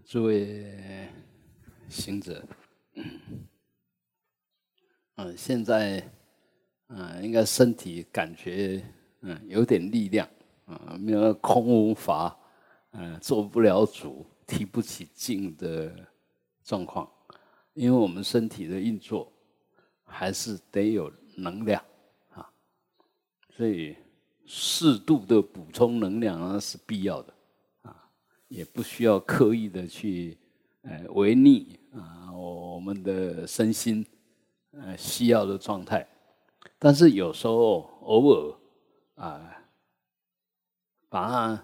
诸位行者，现在应该身体感觉有点力量没有空无法做不了主、提不起劲的状况，因为我们身体的运作还是得有能量所以适度的补充能量是必要的也不需要刻意的去违逆我们的身心需要的状态，但是有时候偶尔把它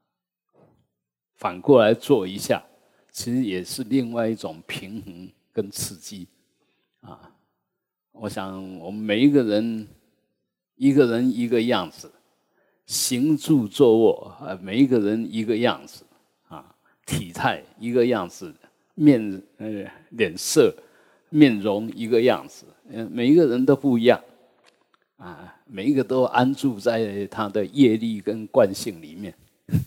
反过来做一下，其实也是另外一种平衡跟刺激我想我们每一个人一个样子，行住坐卧每一个人一个样子体态一个样子，脸色面容一个样子，每一个人都不一样每一个都安住在他的业力跟惯性里面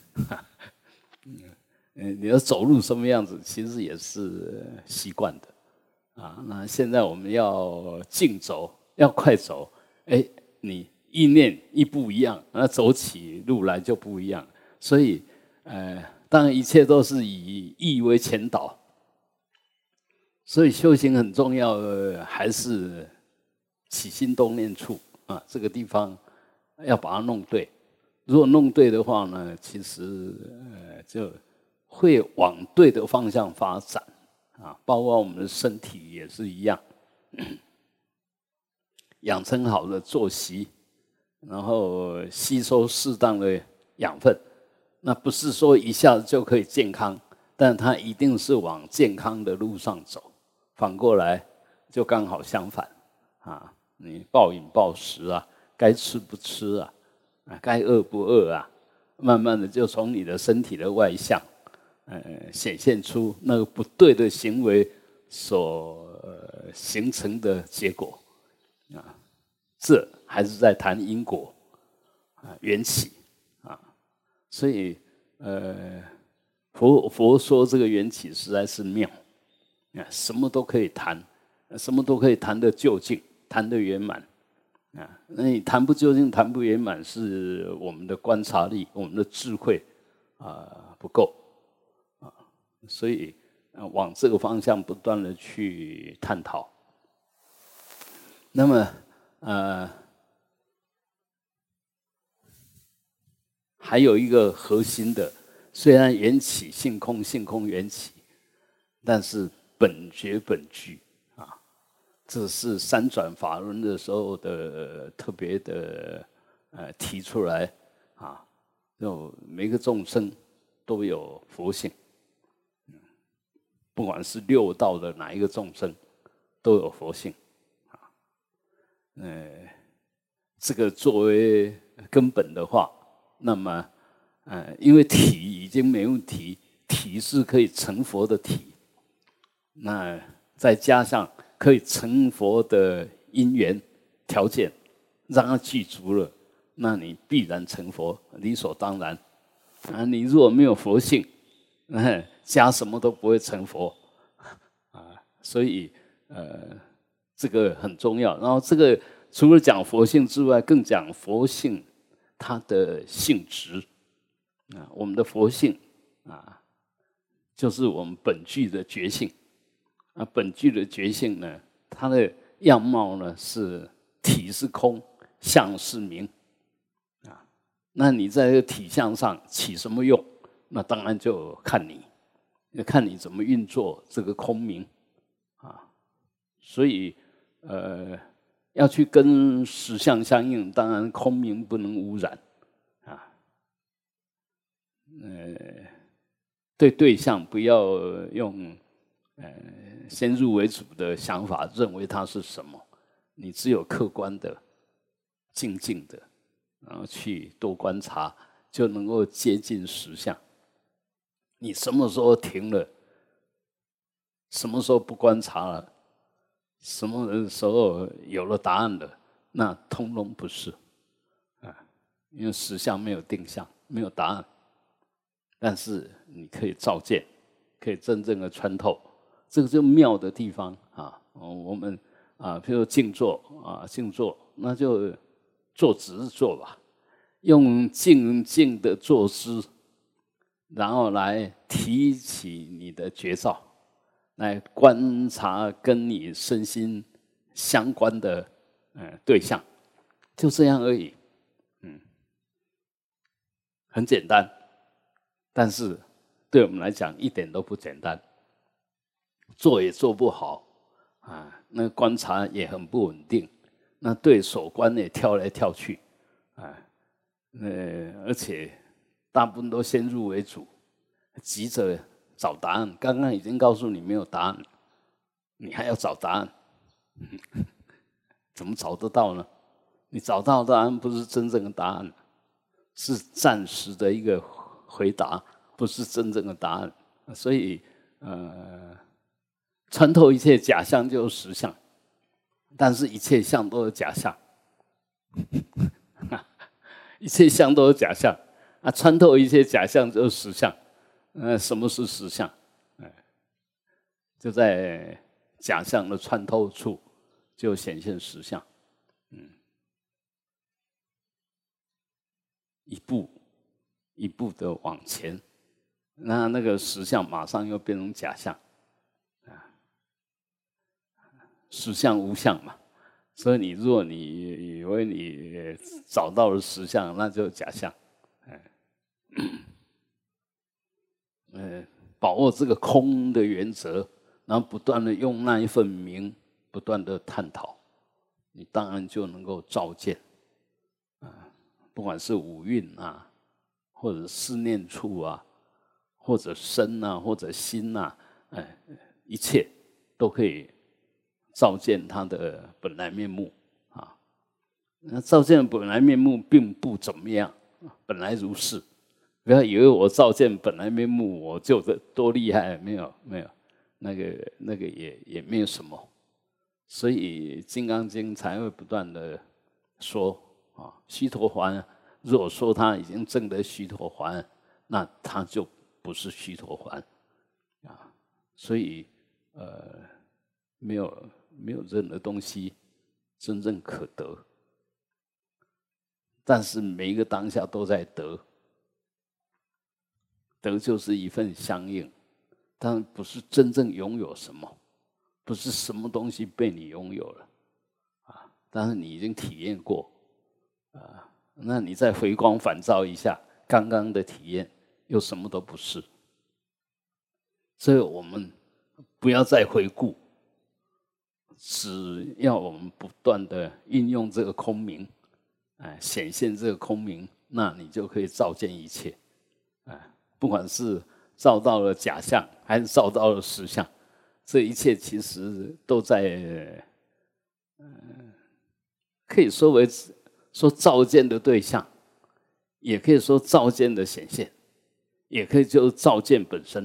你要走路什么样子，其实也是习惯的那现在我们要静走，要快走，你意念一不一样，那走起路来就不一样。所以当然一切都是以意为前导，所以修行很重要还是起心动念处这个地方要把它弄对。如果弄对的话呢，其实就会往对的方向发展包括我们的身体也是一样养成好的作息，然后吸收适当的养分，那不是说一下子就可以健康，但它一定是往健康的路上走。反过来就刚好相反你暴饮暴食该吃不吃该饿不饿慢慢的就从你的身体的外相显现出那个不对的行为所形成的结果这还是在谈因果缘起所以佛说这个缘起实在是妙什么都可以谈，什么都可以谈得究竟，谈得圆满那你谈不究竟、谈不圆满，是我们的观察力、我们的智慧不够所以往这个方向不断的去探讨。那么还有一个核心的，虽然缘起性空，性空缘起，但是本觉本具这是三转法轮的时候的特别的提出来就每个众生都有佛性不管是六道的哪一个众生都有佛性这个作为根本的话，那么因为体已经没问题，体是可以成佛的体，那再加上可以成佛的因缘条件，让它具足了，那你必然成佛，理所当然你如果没有佛性加什么都不会成佛所以这个很重要。然后这个除了讲佛性之外，更讲佛性它的性质我们的佛性就是我们本具的觉性本具的觉性呢，它的样貌呢是体是空，相是明那你在这个体相上起什么用？那当然就看你怎么运作这个空明所以要去跟实相相应，当然空明不能污染对象不要用先入为主的想法认为它是什么，你只有客观的静静的然后去多观察，就能够接近实相。你什么时候停了，什么时候不观察了，什么时候有了答案了，那通通不是因为实相没有定向，没有答案，但是你可以照见可以真正的穿透。这个就妙的地方啊！我们譬如静坐静坐，那就坐直坐吧，用静静的坐姿，然后来提起你的觉照，来观察跟你身心相关的对象，就这样而已。很简单，但是对我们来讲一点都不简单。做也做不好那观察也很不稳定，那对手观也跳来跳去而且大部分都先入为主，急着找答案。刚刚已经告诉你没有答案，你还要找答案，怎么找得到呢？你找到答案不是真正的答案，是暂时的一个回答，不是真正的答案。所以穿透一切假象就是实相，但是一切相都是假象，一切相都是假象穿透一切假象就是实相。什么是实相？就在假象的穿透处就显现实相。一步一步的往前，那个实相马上又变成假象实相无相嘛，所以如果你以为你找到了实相，那就是假象。把握这个空的原则，然后不断的用那一份明，不断的探讨，你当然就能够照见不管是五蕴或者思念处或者身或者心一切都可以照见它的本来面目那照见本来面目并不怎么样，本来如是。不要以为我照见本来面目我就多厉害，没有，那个也没有什么。所以《金刚经》才会不断的说须陀洹如果说他已经证得须陀洹，那他就不是须陀洹所以没有任何东西真正可得，但是每一个当下都在得。得就是一份相应，但不是真正拥有什么，不是什么东西被你拥有了但是你已经体验过那你再回光返照一下刚刚的体验，又什么都不是。所以我们不要再回顾，只要我们不断的运用这个空明显现这个空明，那你就可以照见一切不管是照到了假象还是照到了实相，这一切其实都在可以说为照见的对象，也可以说照见的显现，也可以就是照见本身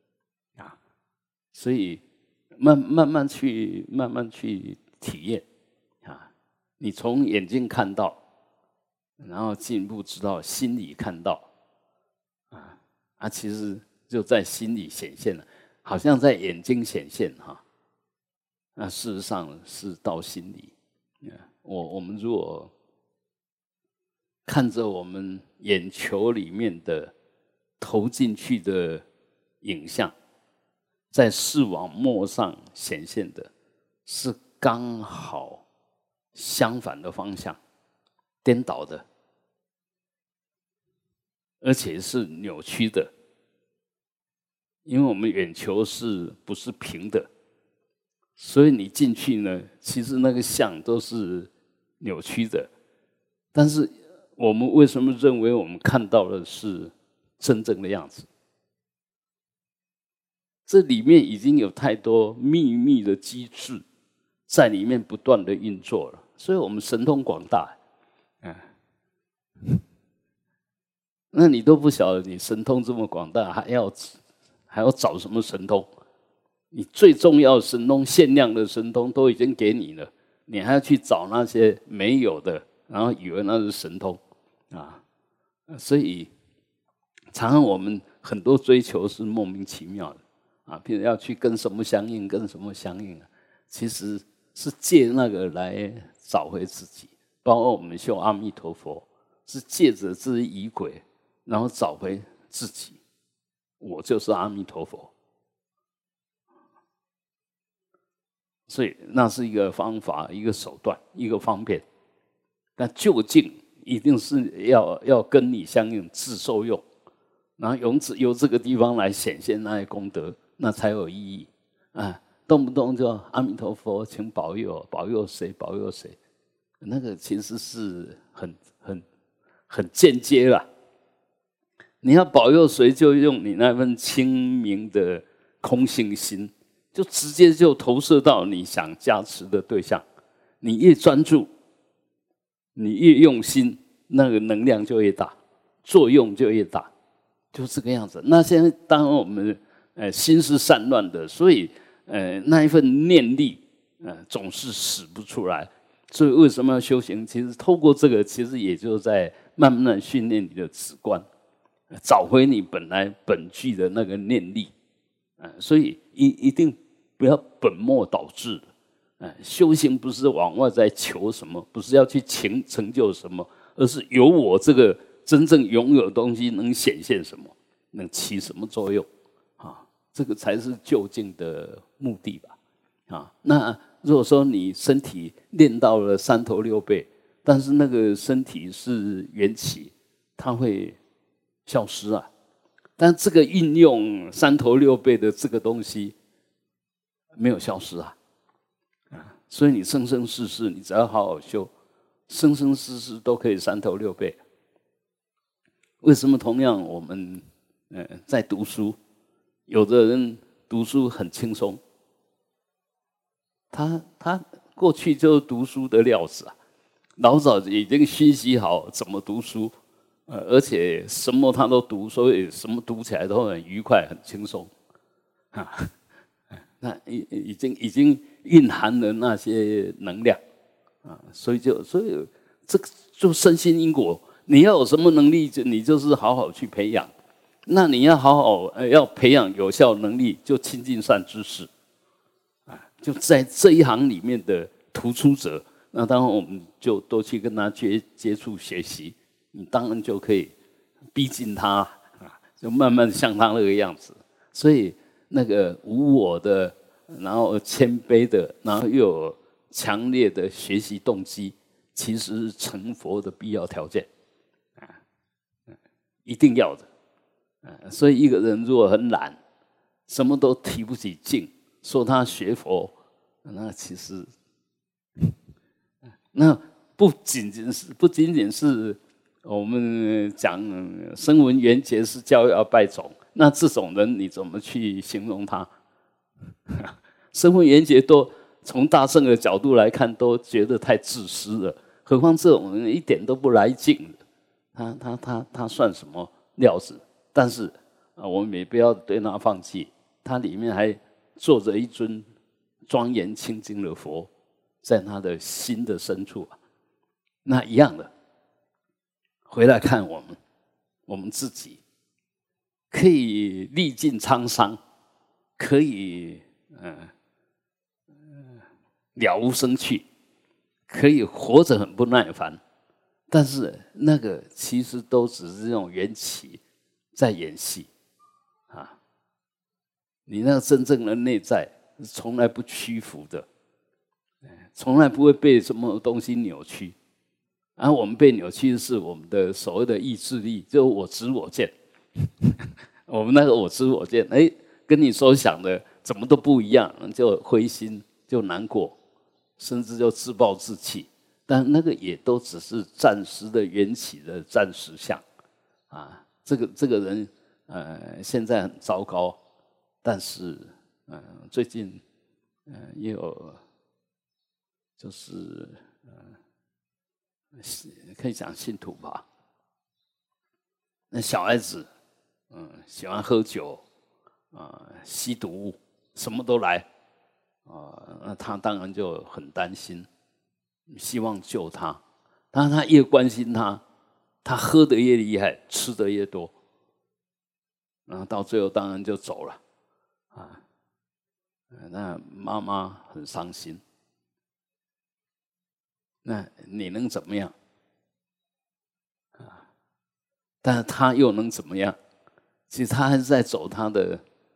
所以慢慢去体验你从眼睛看到，然后进一步知道心里看到其实就在心里显现了，好像在眼睛显现那事实上是到心里。我们如果看着我们眼球里面的投进去的影像，在视网膜上显现的是刚好相反的方向，颠倒的，而且是扭曲的。因为我们眼球不是平的，所以你进去呢，其实那个相都是扭曲的。但是我们为什么认为我们看到的是真正的样子？这里面已经有太多秘密的机制在里面不断的运作了，所以我们神通广大那你都不晓得你神通这么广大，还要找什么神通？你最重要的神通、限量的神通都已经给你了，你还要去找那些没有的，然后以为那是神通所以常常我们很多追求是莫名其妙的譬如要去跟什么相应，跟什么相应啊，其实是借那个来找回自己。包括我们修阿弥陀佛，是借着这些仪轨，然后找回自己。我就是阿弥陀佛。所以那是一个方法，一个手段，一个方便。但究竟一定是要跟你相应，自受用，然后由这个地方来显现那些功德，那才有意义啊！动不动就阿弥陀佛，请保佑，保佑谁，保佑谁，那个其实是很间接啦。你要保佑谁，就用你那份清明的空性心，就直接就投射到你想加持的对象。你越专注，你越用心，那个能量就越大，作用就越大，就这个样子。那现在当然我们心是散乱的，所以那一份念力总是使不出来。所以为什么要修行？其实透过这个，其实也就在慢慢的训练你的直观，找回你本来本具的那个念力。所以一定不要本末倒置。修行不是往外在求什么，不是要去成就什么，而是由我这个真正拥有的东西能显现什么，能起什么作用这个才是究竟的目的吧。那如果说你身体练到了三头六臂，但是那个身体是缘起，它会消失啊。但这个运用三头六臂的这个东西没有消失啊。所以你生生世世，你只要好好修，生生世世都可以三头六臂。为什么同样我们在读书，有的人读书很轻松，他过去就读书的料子啊，老早已经学习好怎么读书，而且什么他都读，所以什么读起来都很愉快、很轻松那已经蕴含了那些能量所以这个就身心因果，你要有什么能力，你就是好好去培养。那你要好好要培养有效能力，就亲近善知识就在这一行里面的突出者，那当然我们就都去跟他接触学习，你当然就可以逼近他就慢慢像他那个样子。所以那个无我的，然后谦卑的，然后又有强烈的学习动机，其实是成佛的必要条件一定要的所以一个人如果很懒，什么都提不起劲，说他学佛，那其实那不仅仅是我们讲声闻缘觉是教要拜种，那这种人你怎么去形容他？声闻缘觉都从大圣的角度来看，都觉得太自私了，何况这种人一点都不来劲的，他算什么料子？但是我们也不要对他放弃，他里面还坐着一尊庄严清净的佛，在他的心的深处那一样的，回来看我们自己，可以历尽沧桑，可以了无生趣，可以活着很不耐烦，但是那个其实都只是这种缘起在演戏你那个真正的内在是从来不屈服的，从来不会被什么东西扭曲。然后我们被扭曲的是我们的所谓的意志力，就我执我见。我们那个我执我见，跟你所想的怎么都不一样，就灰心，就难过，甚至就自暴自弃。但那个也都只是暂时的缘起的暂时相这个人现在很糟糕，但是最近也有就是可以讲信徒吧，那小孩子喜欢喝酒吸毒，什么都来那他当然就很担心，希望救他。但是他越关心他喝得越厉害，吃得越多，然后到最后当然就走了那妈妈很伤心。那你能怎么样？但是他又能怎么样？其实他还是在走他的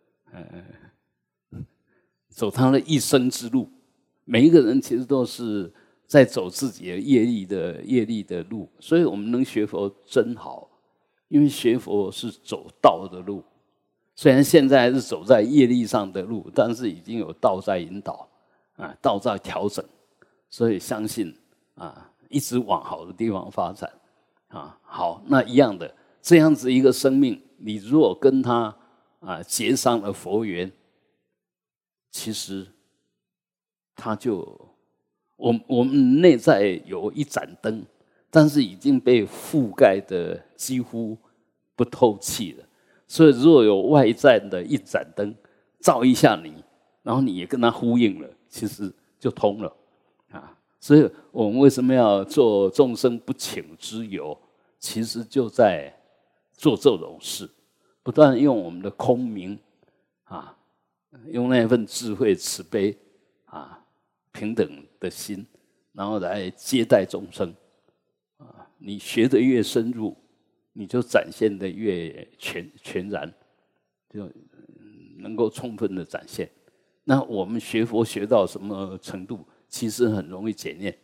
一生之路。每一个人其实都是在走自己的业力的路，所以我们能学佛真好，因为学佛是走道的路。虽然现在是走在业力上的路，但是已经有道在引导道在调整，所以相信一直往好的地方发展好，那一样的这样子一个生命，你如果跟他结上了佛缘，其实他就我们内在有一盏灯，但是已经被覆盖的几乎不透气了。所以，如果有外在的一盏灯照一下你，然后你也跟它呼应了，其实就通了所以，我们为什么要做众生不请之友？其实就在做这种事，不断用我们的空明用那份智慧、慈悲平等的心，然后来接待众生你学得越深入，你就展现得越全然，就能够充分的展现。那我们学佛学到什么程度，其实很容易检验。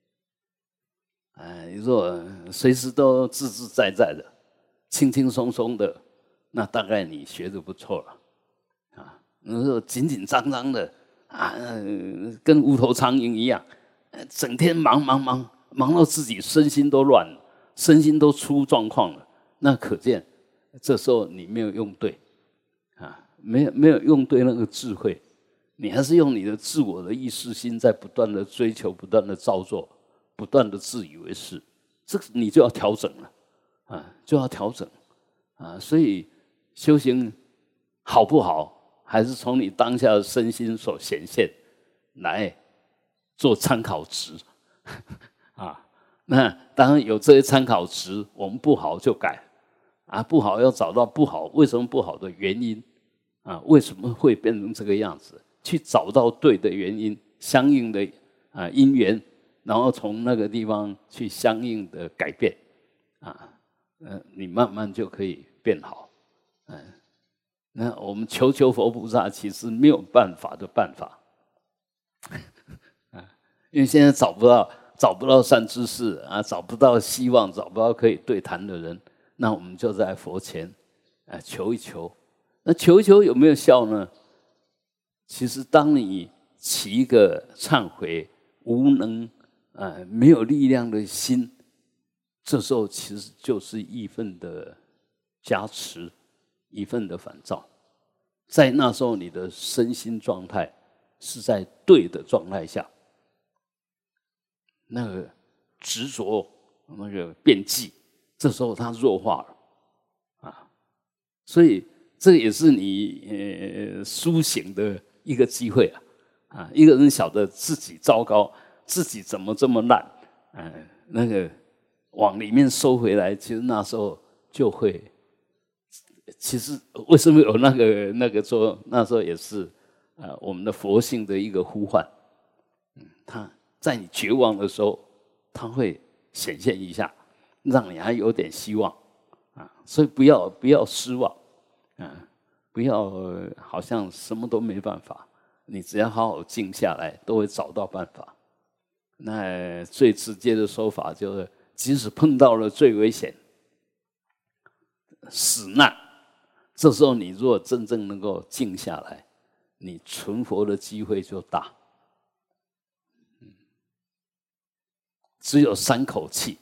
你说随时都自自在在的、轻轻松松的，那大概你学得不错了你说紧紧张张的跟无头苍蝇一样，整天忙到自己身心都乱了。身心都出状况了，那可见这时候你没有用对没有用对那个智慧，你还是用你的自我的意识心在不断的追求、不断的造作、不断的自以为是，这个你就要调整了就要调整所以修行好不好，还是从你当下的身心所显现来做参考值那当然有这些参考值，我们不好就改不好要找到不好为什么不好的原因为什么会变成这个样子，去找到对的原因，相应的因缘，然后从那个地方去相应的改变你慢慢就可以变好那我们求佛菩萨其实没有办法的办法因为现在找不到善知识找不到希望，找不到可以对谈的人，那我们就在佛前求一求。那求一求有没有效呢？其实当你起一个忏悔、无能没有力量的心，这时候其实就是一份的加持，一份的反照。在那时候，你的身心状态是在对的状态下，那个执着、那个变计，这时候它弱化了所以这也是你苏醒的一个机会一个人晓得自己糟糕，自己怎么这么烂那个往里面收回来，其实那时候就会。其实为什么有那个说，那时候也是我们的佛性的一个呼唤他在你绝望的时候，他会显现一下，让你还有点希望所以不要失望不要好像什么都没办法，你只要好好静下来，都会找到办法。那最直接的说法就是，即使碰到了最危险死难，这时候你如果真正能够静下来，你存活的机会就大只有3口气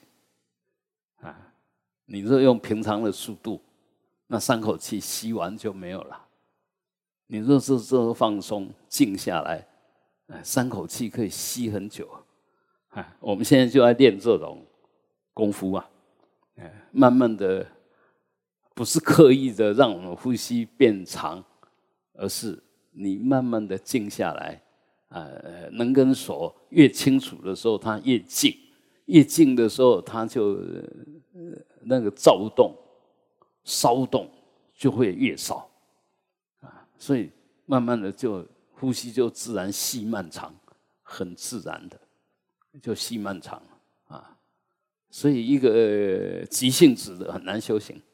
你若用平常的速度，那3口气吸完就没有了。你若是这放松静下来3口气可以吸很久我们现在就在练这种功夫慢慢的不是刻意的让我们呼吸变长，而是你慢慢的静下来能跟所越清楚的时候，它越静，越静的时候，它就那个躁动、骚动就会越少所以慢慢的就呼吸就自然细漫长，很自然的就细漫长啊。所以一个急性子的很难修行，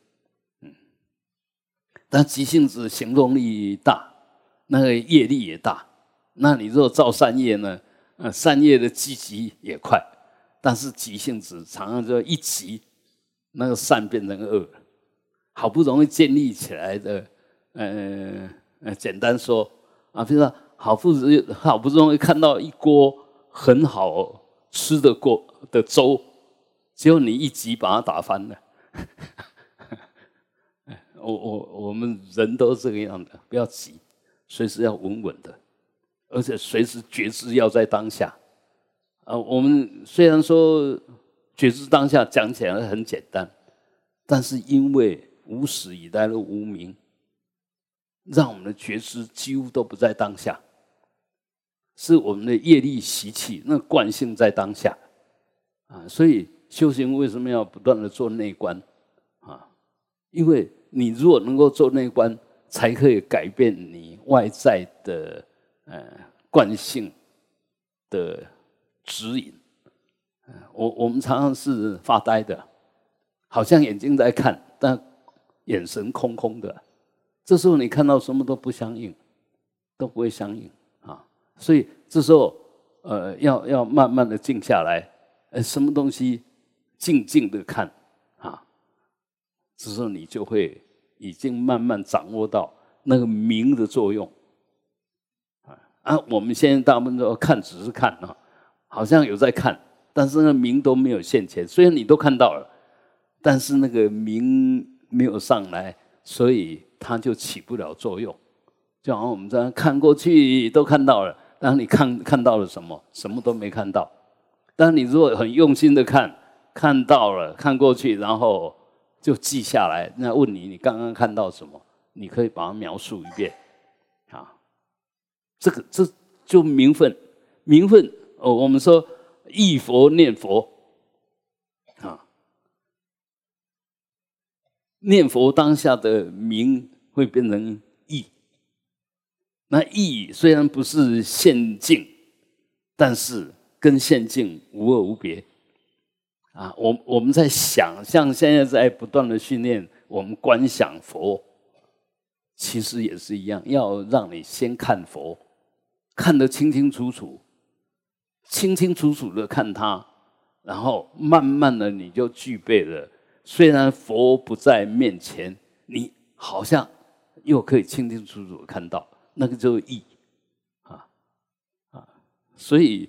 但急性子行动力大，那个业力也大。那你如果造善业呢？善业的积极也快，但是急性子常常就一急，那个善变成恶，好不容易建立起来的，简单说啊，比如说好不容易看到一锅很好吃的粥，结果你一急把它打翻了。我们人都这个样的，不要急，随时要稳稳的，而且随时觉知要在当下。我们虽然说觉知当下讲起来很简单，但是因为无始以来的无明，让我们的觉知几乎都不在当下，是我们的业力习气，那惯性在当下啊。所以修行为什么要不断的做内观啊？因为你如果能够做内观，才可以改变你外在的惯性的指引。我们常常是发呆的，好像眼睛在看，但眼神空空的。这时候你看到什么都不相应，都不会相应啊。所以这时候要慢慢的静下来，什么东西静静的看啊，这时候你就会已经慢慢掌握到那个明的作用啊。我们现在大部分都看，只是看啊，好像有在看，但是那个明都没有现前。虽然你都看到了，但是那个明没有上来，所以它就起不了作用。就好像我们这样看过去都看到了，但你看到了什么？什么都没看到。但你如果很用心的看到了，看过去，然后就记下来。那问你刚刚看到什么？你可以把它描述一遍啊。这就名分，名分我们说忆佛念佛啊，念佛当下的名会变成意。那意虽然不是现境，但是跟现境无二无别啊。我们在想象，现在在不断的训练我们观想佛，其实也是一样，要让你先看佛，看得清清楚楚，清清楚楚的看它，然后慢慢的你就具备了。虽然佛不在面前，你好像又可以清清楚楚的看到，那个就是意啊。所以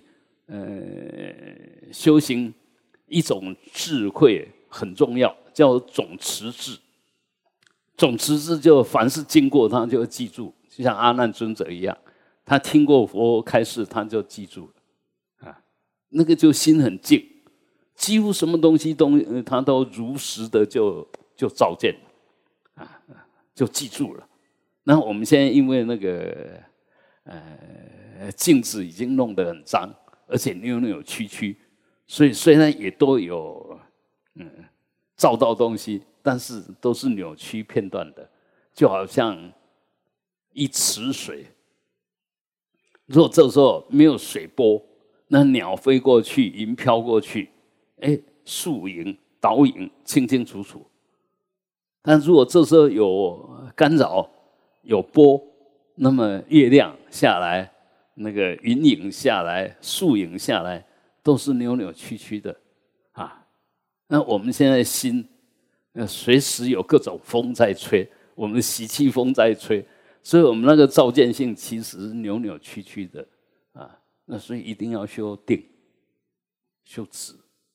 修行一种智慧很重要，叫总持智。总持智就凡是经过他就会记住，就像阿难尊者一样，他听过佛开示，他就记住了啊。那个就心很静，几乎什么东西他都如实的就照见了啊，就记住了。那我们现在因为那个镜子已经弄得很脏，而且扭扭曲曲，所以虽然也都有照到东西，但是都是扭曲片段的，就好像一池水，如果这时候没有水波，那鸟飞过去，云飘过去，树影倒影清清楚楚。但如果这时候有干扰，有波，那么月亮下来，那个云影下来，树影下来，都是扭扭曲曲的啊。那我们现在心随时有各种风在吹，我们的习气风在吹，所以我们那个照见性其实扭扭曲曲的啊。那所以一定要修定、修止，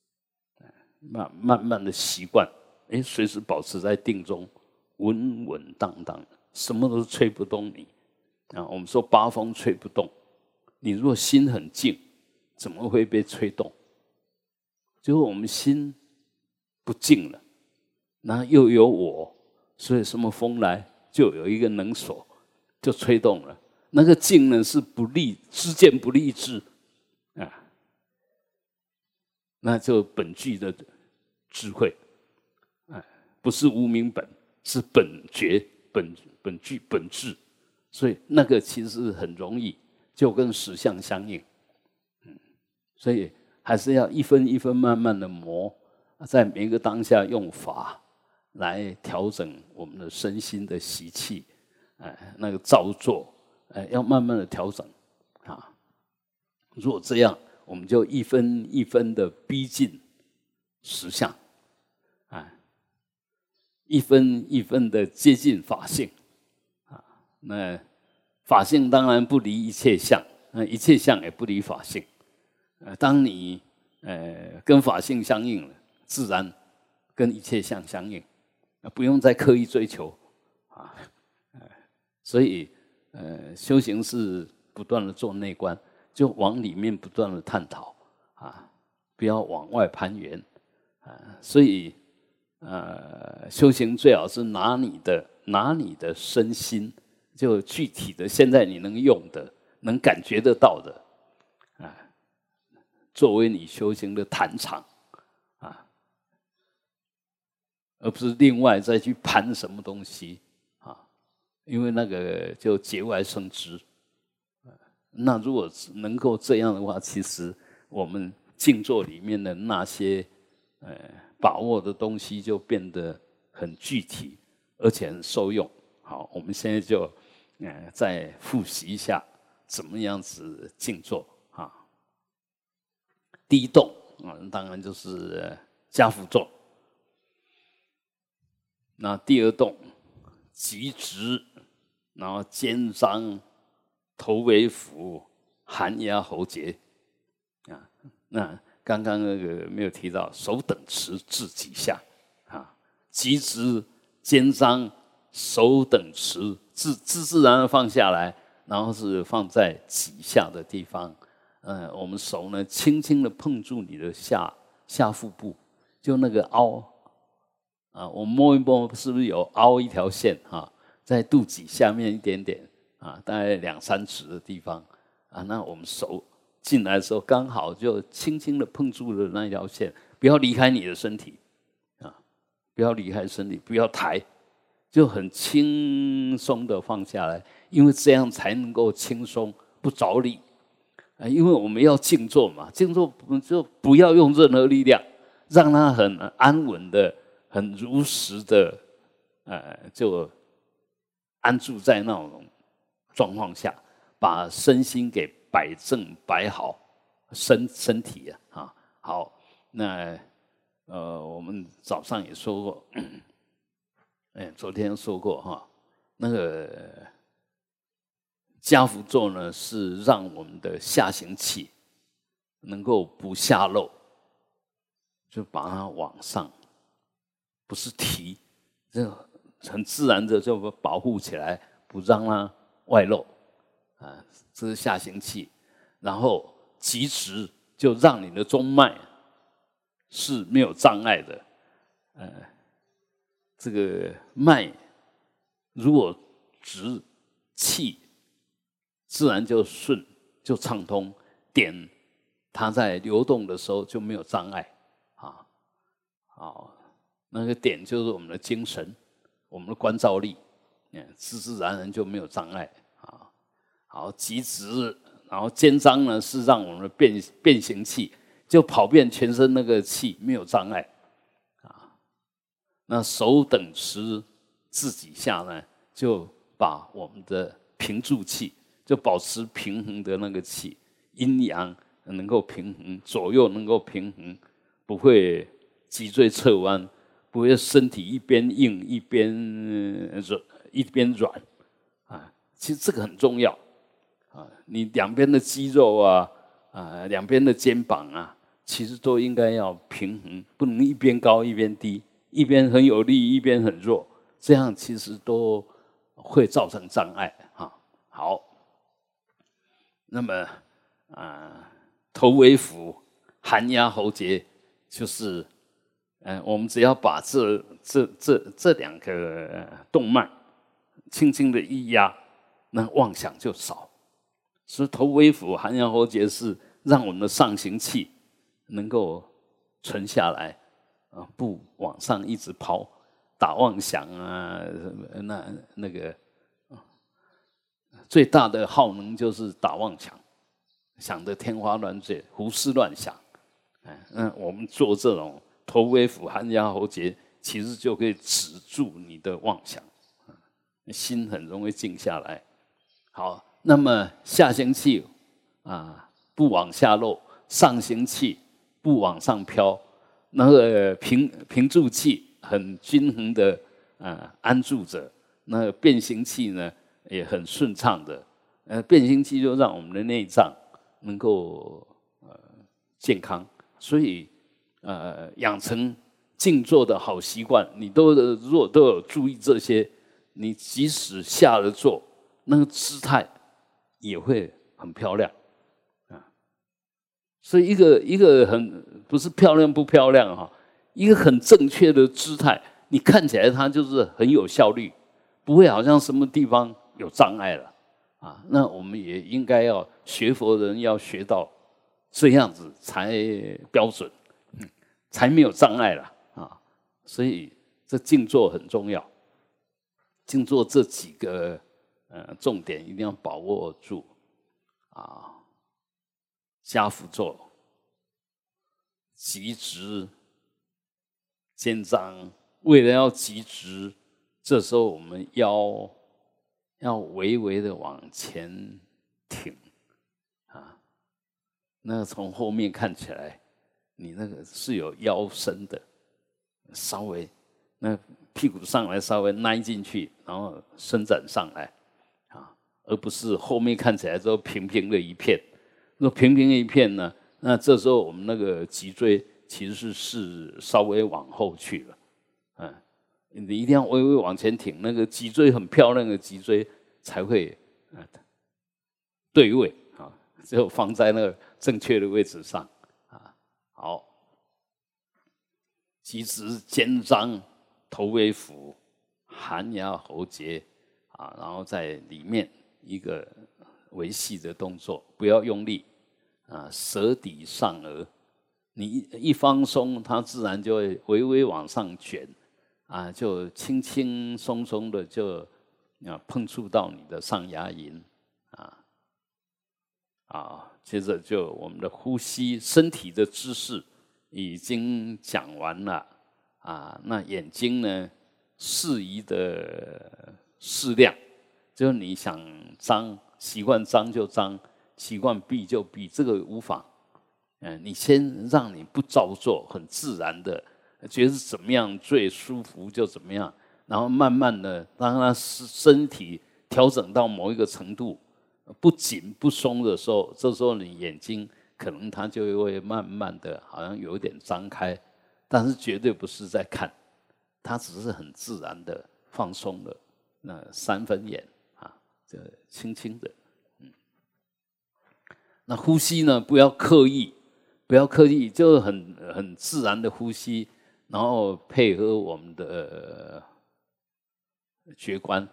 慢慢的习惯，随时保持在定中，稳稳当当，什么都吹不动你啊。我们说八风吹不动，你如果心很静，怎么会被吹动？就是我们心不静了，那又有我，所以什么风来就有一个能手，就吹动了。那个静呢是不立知见不立志啊，那就本具的智慧，不是无明本，是本觉本具本智所以那个其实很容易就跟实相相应。所以还是要一分一分慢慢的磨，在每一个当下用法来调整我们的身心的习气，那个造作，要慢慢的调整啊。如果这样，我们就一分一分的逼近实相，一分一分的接近法性啊。那法性当然不离一切相，一切相也不离法性。当你跟法性相应了，自然跟一切相相应，不用再刻意追求啊。所以修行是不断的做内观，就往里面不断的探讨啊，不要往外攀缘啊。所以修行最好是拿你的身心，就具体的现在你能用的、能感觉得到的作为你修行的坛场啊，而不是另外再去攀什么东西啊，因为那个就节外生枝。那如果能够这样的话，其实我们静坐里面的那些把握的东西就变得很具体，而且很受用。好，我们现在就再复习一下怎么样子静坐啊。第一动当然就是跏趺坐。那第二动极直，然后肩张，头为俯，含压喉结啊。那刚刚那个没有提到，手等持至几下啊，极直肩张，手等持，自然的放下来，然后是放在几下的地方。我们手呢，轻轻的碰住你的下腹部，就那个凹啊，我摸一摸，是不是有凹一条线啊？在肚脐下面一点点啊，大概2-3指的地方啊。那我们手进来的时候，刚好就轻轻的碰住了那条线，不要离开你的身体啊，不要离开身体，不要抬，就很轻松的放下来，因为这样才能够轻松不着力。因为我们要静坐嘛，静坐就不要用任何力量，让它很安稳的、很如实的，就安住在那种状况下，把身心给摆正摆好，身体啊。好，那我们早上也说过，昨天说过哈，那个跏趺坐呢，是让我们的下行气能够不下漏，就把它往上，不是提，这很自然的就保护起来，不让它外漏啊，这是下行气。然后极直，就让你的中脉是没有障碍的，这个脉如果直，气自然就顺，就畅通，点它在流动的时候就没有障碍啊。好，那个点就是我们的精神，我们的观照力，自然就没有障碍啊。好，极直，然后肩张呢是让我们的变形气，就跑遍全身那个气没有障碍啊。那手等持至几下呢，就把我们的平住气，就保持平衡的那个气，阴阳能够平衡，左右能够平衡，不会脊椎侧弯，不会身体一边硬一边软啊。其实这个很重要啊，你两边的肌肉两边的肩膀啊，其实都应该要平衡，不能一边高一边低，一边很有力一边很弱，这样其实都会造成障碍啊。好，那么头为俯，含压喉结，就是我们只要把这两个动脉轻轻的一压，那妄想就少。所以头为俯，含压喉结是让我们的上行气能够存下来不往上一直跑，打妄想啊，那个最大的耗能就是打妄想，想得天花乱坠，胡思乱想。我们做这种头尾腹含压喉结，其实就可以止住你的妄想，心很容易静下来。好，那么下行气不往下漏，上行气不往上飘，那个平住气很均衡的安住着，那个变形气呢也很顺畅的。变形气就让我们的内脏能够健康，所以养成静坐的好习惯，你如果都有注意这些，你即使下了坐，那个姿态也会很漂亮所以一个很不是漂亮不漂亮一个很正确的姿态，你看起来它就是很有效率，不会好像什么地方有障碍了那我们也应该要学佛人要学到这样子才标准，才没有障碍了所以这静坐很重要，静坐这几个重点一定要把握住家趺坐、极直、肩张。为了要极直，这时候我们腰要微微的往前挺那从后面看起来，你那个是有腰身的，稍微那屁股上来稍微拉进去，然后伸展上来而不是后面看起来之后平平的一片。如果平平的一片呢，那这时候我们那个脊椎其实是稍微往后去了。你一定要微微往前挺，那个脊椎很漂亮的脊椎才会对位只有放在那个正确的位置上好，极直肩张，头尾腹含压喉结然后在里面一个微细的动作，不要用力舌抵上颚，你一放松，它自然就会微微往上卷就轻轻松松的就碰触到你的上牙龈接着就我们的呼吸，身体的姿势已经讲完了那眼睛呢，适宜的适量，就是你想张，习惯张就张，习惯闭就闭，这个无妨。你先让你不造作，很自然的觉得怎么样最舒服就怎么样，然后慢慢的让他身体调整到某一个程度，不紧不松的时候，这时候你眼睛可能它就会慢慢的好像有点张开，但是绝对不是在看，它只是很自然的放松了那三分眼就轻轻的那呼吸呢，不要刻意，就很自然的呼吸，然后配合我们的觉观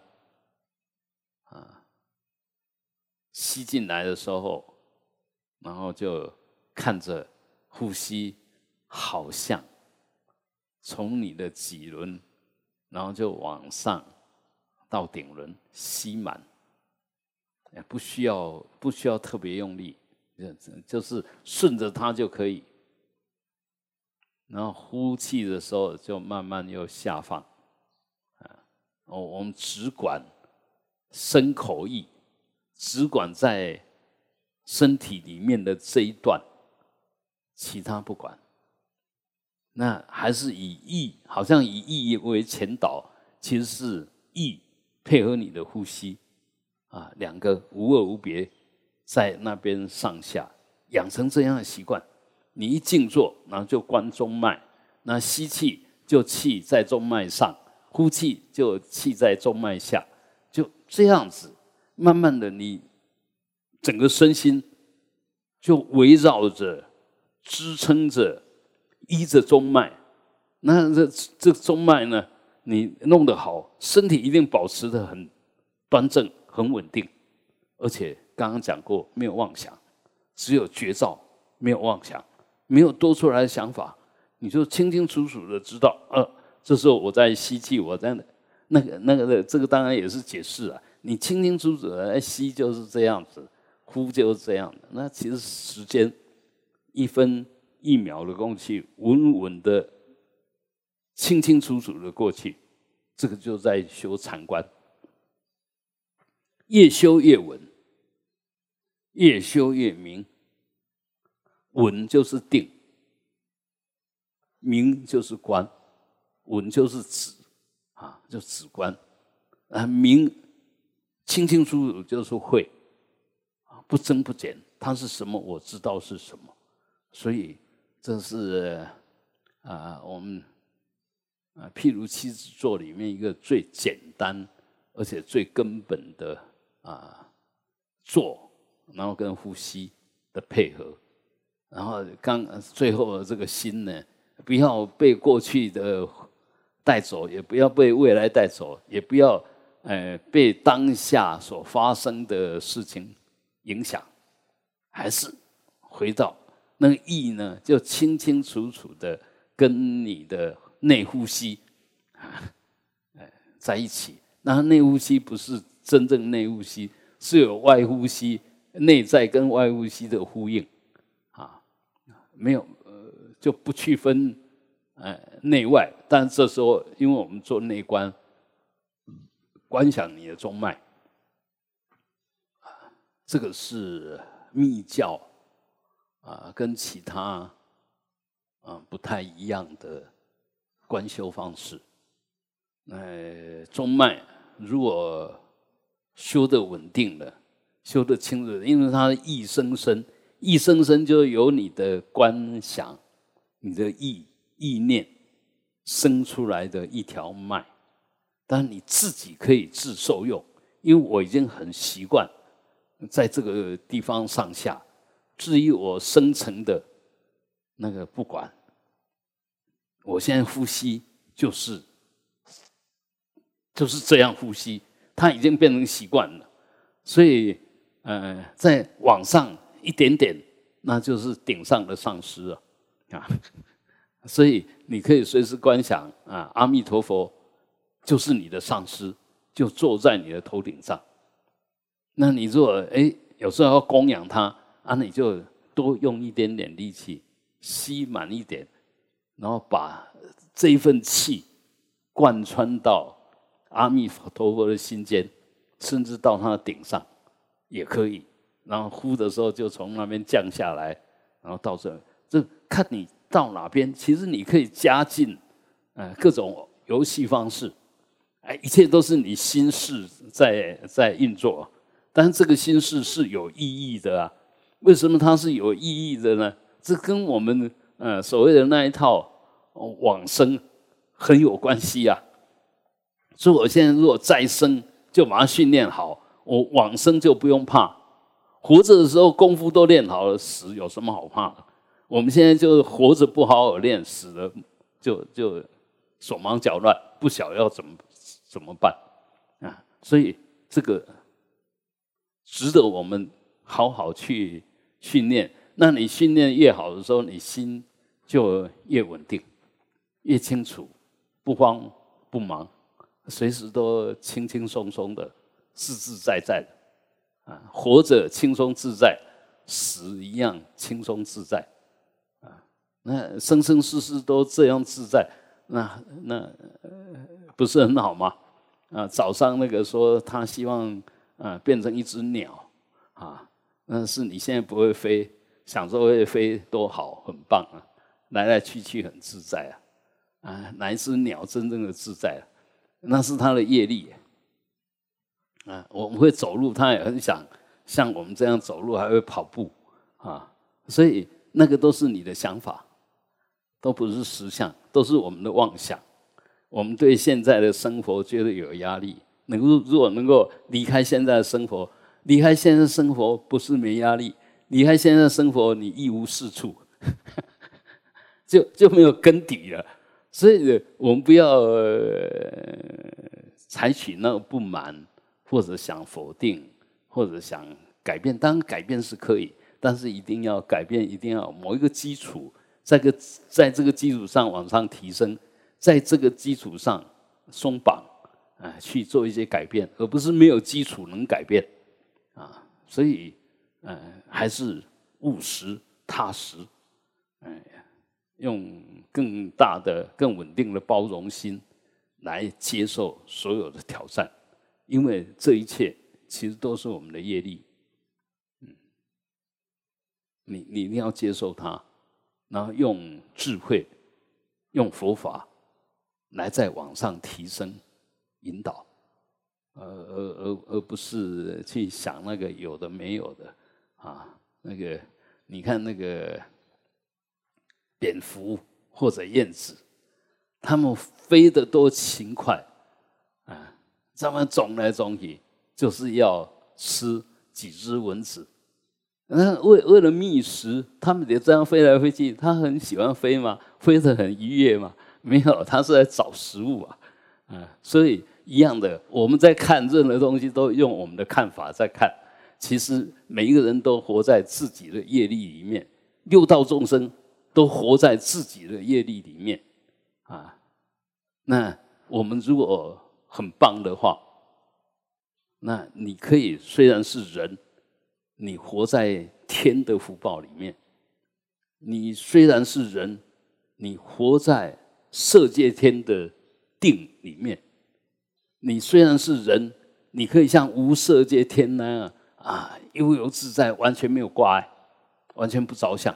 吸进来的时候，然后就看着呼吸，好像从你的脊轮，然后就往上到顶轮吸满，不需要特别用力，就是顺着它就可以。然后呼气的时候就慢慢又下放我们只管身口意，只管在身体里面的这一段，其他不管。那还是以意，好像以意为前导，其实是意配合你的呼吸两个无二无别，在那边上下养成这样的习惯。你一静坐，然后就观中脉，那吸气就气在中脉上，呼气就气在中脉下，就这样子，慢慢的你整个身心就围绕着、支撑着、依着中脉。那这中脉呢，你弄得好，身体一定保持得很端正、很稳定，而且刚刚讲过，没有妄想，只有觉照，没有妄想。没有多出来的想法，你就清清楚楚的知道，这时候我在吸气，我在那个的，这个当然也是解释你清清楚楚的吸就是这样子，呼就是这样的。那其实时间1分1秒的过去，稳稳的、清清楚楚的过去，这个就在修禅观。越修越稳，越修越明。稳就是定，明就是观，稳就是止啊，就止观啊。明清清楚楚就是慧，不增不减，它是什么我知道是什么。所以这是我们譬如七支坐里面一个最简单而且最根本的坐，然后跟呼吸的配合。然后最后的这个心呢，不要被过去的带走，也不要被未来带走，也不要被当下所发生的事情影响，还是回到那个意呢，就清清楚楚的跟你的内呼吸在一起。那内呼吸不是真正内呼吸，是有外呼吸，内在跟外呼吸的呼应。没有就不区分内外，但这时候因为我们做内观，观想你的中脉，这个是密教跟其他不太一样的观修方式。中脉如果修得稳定了，修得清楚，因为它意生生。意生生就由你的观想、你的意念生出来的一条脉，但你自己可以自受用。因为我已经很习惯在这个地方上下，至于我生成的那个不管，我现在呼吸就是这样呼吸，它已经变成习惯了。所以在往上一点点，那就是顶上的上师了所以你可以随时观想阿弥陀佛就是你的上师，就坐在你的头顶上。那你如果有时候要供养他你就多用一点点力气，吸满一点，然后把这一份气贯穿到阿弥陀佛的心间，甚至到他的顶上也可以。然后呼的时候就从那边降下来，然后到这看你到哪边。其实你可以加进各种游戏方式，一切都是你心事在运作。但是这个心事是有意义的为什么它是有意义的呢？这跟我们所谓的那一套往生很有关系所以我现在如果再生，就把它训练好，我往生就不用怕。活着的时候功夫都练好了，死有什么好怕的？我们现在就活着不好好练，死了就手忙脚乱，不晓得要怎么办所以这个值得我们好好去训练。那你训练越好的时候，你心就越稳定，越清楚，不慌不忙，随时都轻轻松松的，自自在在的。活着轻松自在，死一样轻松自在那生生世世都这样自在，那不是很好吗？早上那个说他希望变成一只鸟那是你现在不会飞，想说会飞多好，很棒来来去去很自在哪一只鸟真正的自在那是他的业力我们会走路，他也很想像我们这样走路，还会跑步所以那个都是你的想法，都不是实相，都是我们的妄想。我们对现在的生活觉得有压力，如果能够离开现在的生活，离开现在的生活不是没压力，离开现在的生活你一无是处就没有根底了。所以我们不要采取那个不满，或者想否定，或者想改变。当然改变是可以，但是一定要改变，一定要有某一个基础，在这个基础上往上提升，在这个基础上松绑去做一些改变，而不是没有基础能改变啊。所以还是务实踏实，用更大的、更稳定的包容心来接受所有的挑战，因为这一切其实都是我们的业力。你一定要接受它，然后用智慧、用佛法来再往上提升、引导，而不是去想那个有的没有的啊。那个你看那个蝙蝠或者燕子，它们飞得多勤快啊！它们总来总去，就是要吃几只蚊子。为了觅食，他们得这样飞来飞去。他很喜欢飞嘛，飞得很愉悦嘛？没有，他是在找食物啊。所以一样的，我们在看任何东西，都用我们的看法在看。其实每一个人都活在自己的业力里面，六道众生都活在自己的业力里面啊。那我们如果很棒的话，那你可以虽然是人。你活在天的福报里面，你虽然是人，你活在色界天的定里面。你虽然是人，你可以像无色界天那样悠游自在，完全没有挂碍，完全不着相，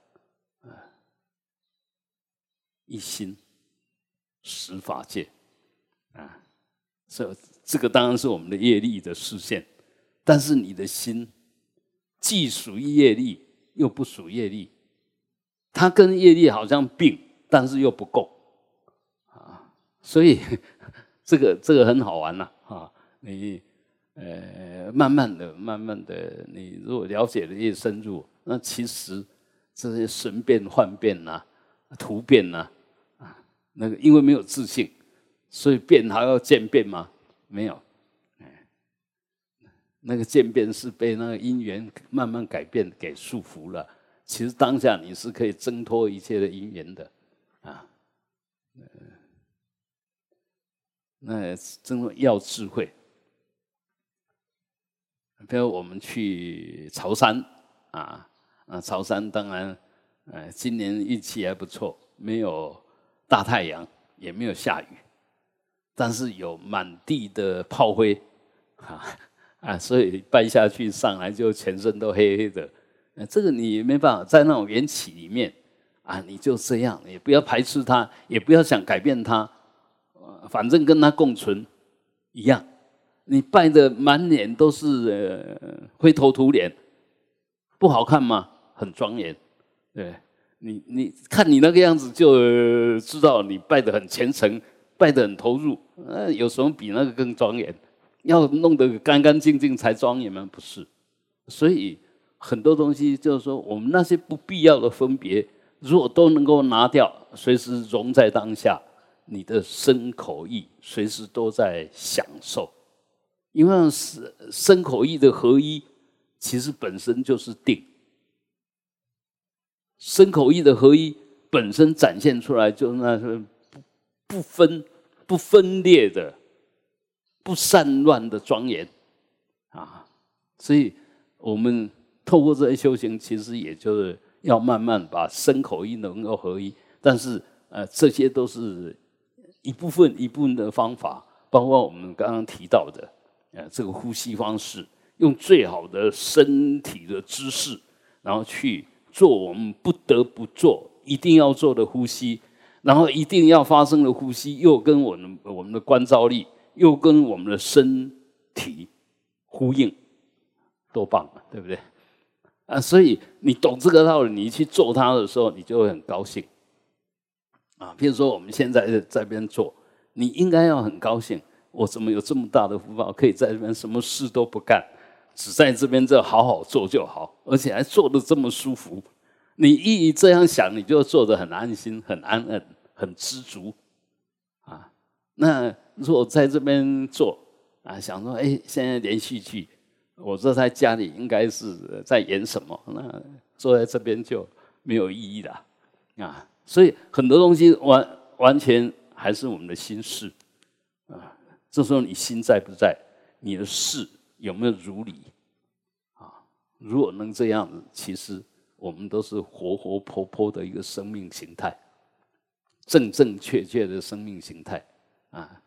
一心十法界所以这个当然是我们的业力的实现，但是你的心。既属于业力，又不属业力，它跟业力好像并，但是又不够所以这个很好玩你慢慢的，你如果了解的越深入，那其实这些神变、幻变突变那个因为没有自信，所以变还要渐变吗？没有。那个渐变是被那个因缘慢慢改变给束缚了。其实当下你是可以挣脱一切的因缘的那真的要智慧。比如我们去潮山潮山当然今年运气还不错，没有大太阳，也没有下雨，但是有满地的炮灰所以拜下去上来就全身都黑黑的，这个你没办法在那种缘起里面你就这样，也不要排斥它，也不要想改变它，反正跟它共存一样。你拜的满脸都是灰头土脸，不好看吗？很庄严，对，你看你那个样子就知道你拜得很虔诚，拜得很投入，有什么比那个更庄严？要弄得干干净净才庄严吗？不是。所以很多东西就是说，我们那些不必要的分别，如果都能够拿掉，随时融在当下，你的身口意随时都在享受。因为身口意的合一，其实本身就是定。身口意的合一本身展现出来，就是那是不分裂的。不散乱的庄严所以我们透过这些修行，其实也就是要慢慢把身口意能够合一。但是这些都是一部分的方法，包括我们刚刚提到的这个呼吸方式，用最好的身体的姿势，然后去做我们不得不做、一定要做的呼吸，然后一定要发生的呼吸，又跟我们的观照力。又跟我们的身体呼应，多棒对不对所以你懂这个道理，你去做它的时候，你就会很高兴譬如说我们现在在这边做，你应该要很高兴，我怎么有这么大的福报，可以在这边什么事都不干，只在这边这好好做就好，而且还做得这么舒服。你一这样想，你就做得很安心、很安稳、很知足那如果在这边做想说现在连续剧，我这在家里应该是在演什么？那坐在这边就没有意义了所以很多东西完全还是我们的心事这时候你心在不在？你的事有没有如理？如果能这样子，其实我们都是活活泼泼的一个生命形态，正正确确的生命形态啊。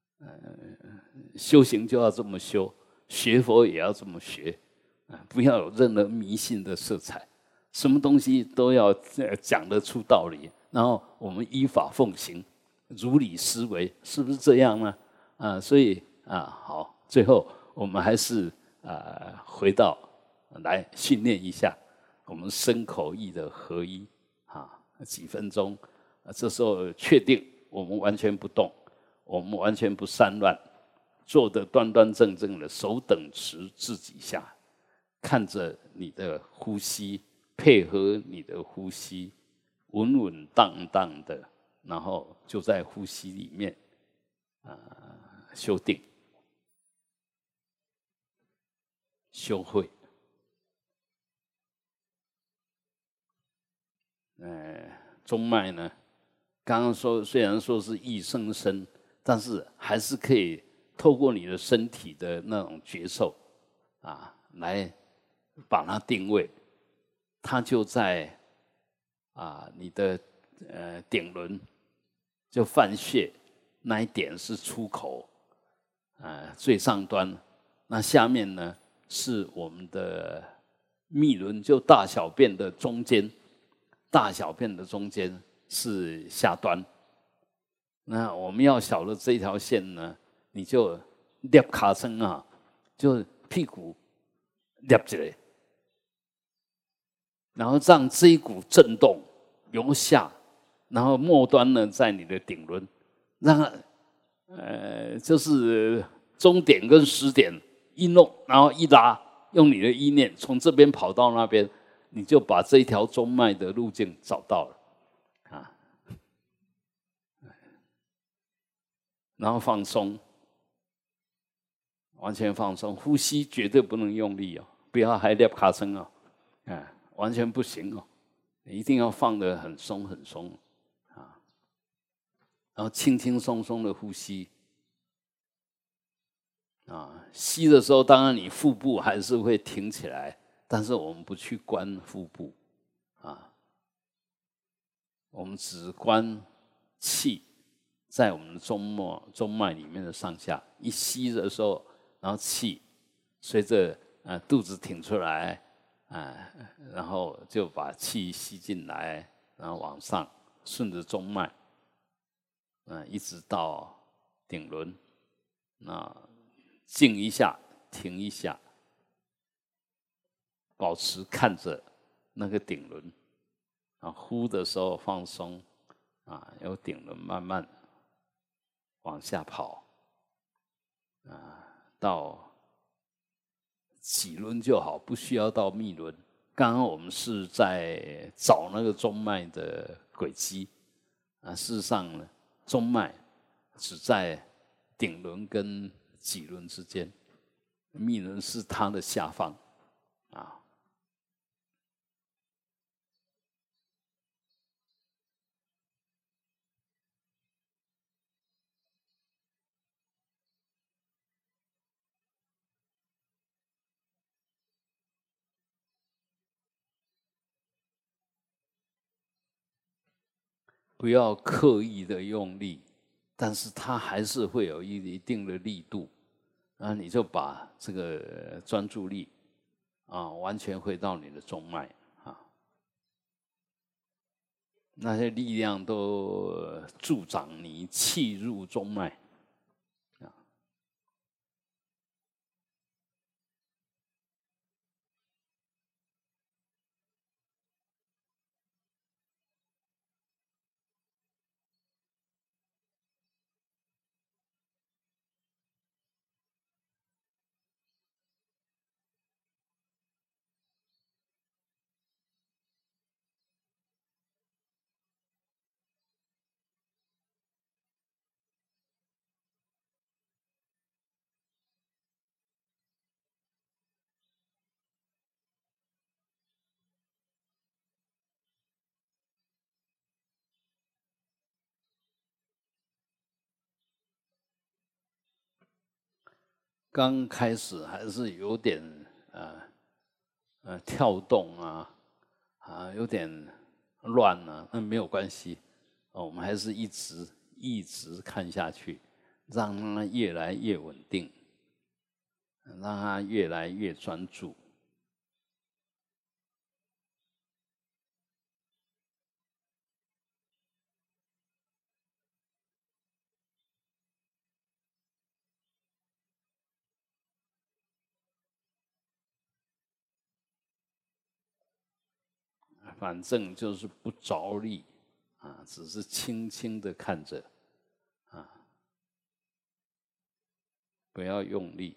修行就要这么修，学佛也要这么学啊，不要有任何迷信的色彩，什么东西都要讲得出道理，然后我们依法奉行，如理思维，是不是这样呢？所以好，最后我们还是回到来训练一下我们身口意的合一几分钟，这时候确定我们完全不动，我们完全不散乱，坐得端端正正的，手等持自己下，看着你的呼吸，配合你的呼吸，稳稳当当的，然后就在呼吸里面修定、修慧。中脉呢，刚刚说虽然说是意生身，但是还是可以透过你的身体的那种觉受来把它定位，它就在你的顶轮，就泛穴那一点是出口最上端，那下面呢是我们的密轮，就大小便的中间。大小便的中间是下端，那我们要晓得这条线呢，你就捏卡声就屁股捏起来，然后让这一股震动由下，然后末端呢在你的顶轮，让它就是中点跟始点一弄，然后一拉，用你的意念从这边跑到那边。你就把这一条中脉的路径找到了然后放松，完全放松，呼吸绝对不能用力不要还练卡声完全不行一定要放得很松很松然后轻轻松松的呼吸吸的时候，当然你腹部还是会挺起来。但是我们不去观腹部我们只观气在我们的中脉里面的上下。一吸的时候，然后气随着肚子挺出来然后就把气吸进来，然后往上顺着中脉一直到顶轮，那静一下，停一下。保持看着那个顶轮呼的时候放松由顶轮慢慢往下跑到脊轮就好，不需要到密轮。刚刚我们是在找那个中脉的轨迹事实上呢，中脉只在顶轮跟脊轮之间，密轮是它的下方不要刻意的用力，但是它还是会有一定的力度，然后你就把这个专注力完全回到你的中脉那些力量都助长你气入中脉。 刚开始还是有点跳动有点乱那没有关系我们还是一直看下去，让它越来越稳定，让它越来越专注。反正就是不着力只是轻轻的看着不要用力。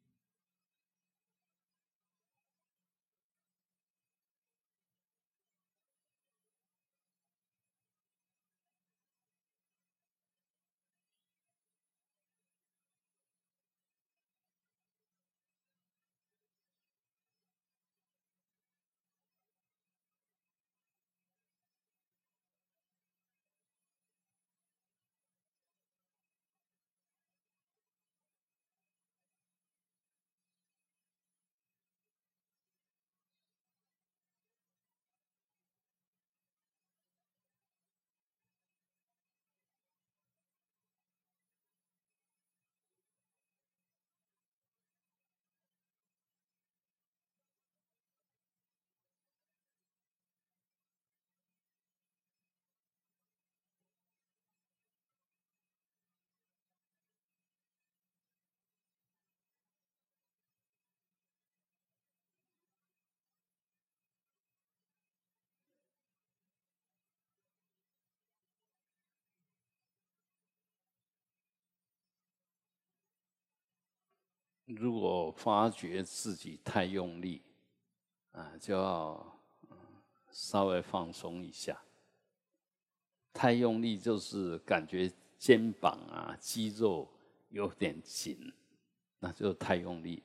如果发觉自己太用力就要稍微放松一下。太用力就是感觉肩膀肌肉有点紧，那就太用力。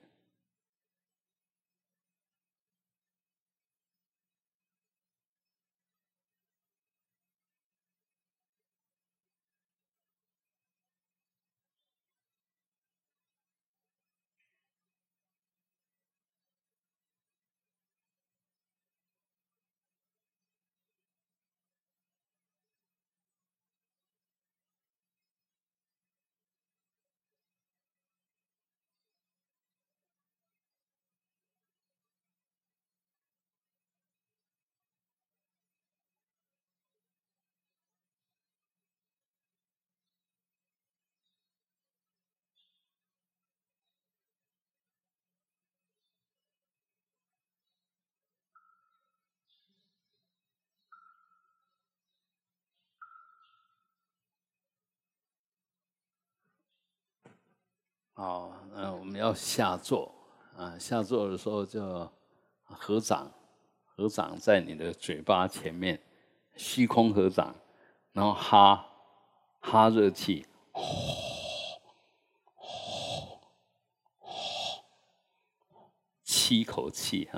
好，我们要下坐下坐的时候就合掌，合掌在你的嘴巴前面，虚空合掌，然后哈热气，7口气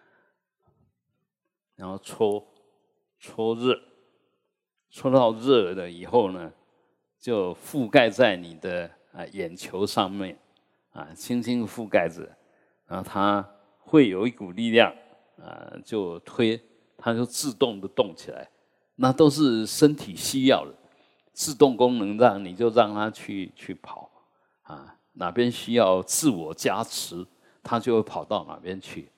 然后搓热，搓到热了以后呢，就覆盖在你的眼球上面轻轻覆盖着，然后它会有一股力量就推，它就自动的动起来，那都是身体需要的自动功能，你就让它去跑哪边需要自我加持，它就会跑到哪边去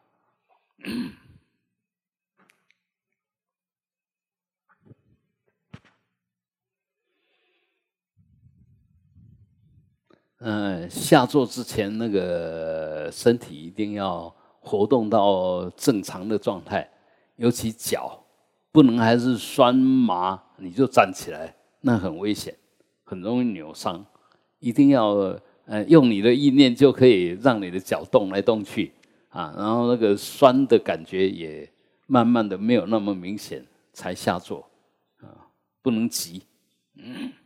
下坐之前那个身体一定要活动到正常的状态，尤其脚不能还是酸麻你就站起来，那很危险，很容易扭伤。一定要用你的意念就可以让你的脚动来动去然后那个酸的感觉也慢慢的没有那么明显才下坐不能急。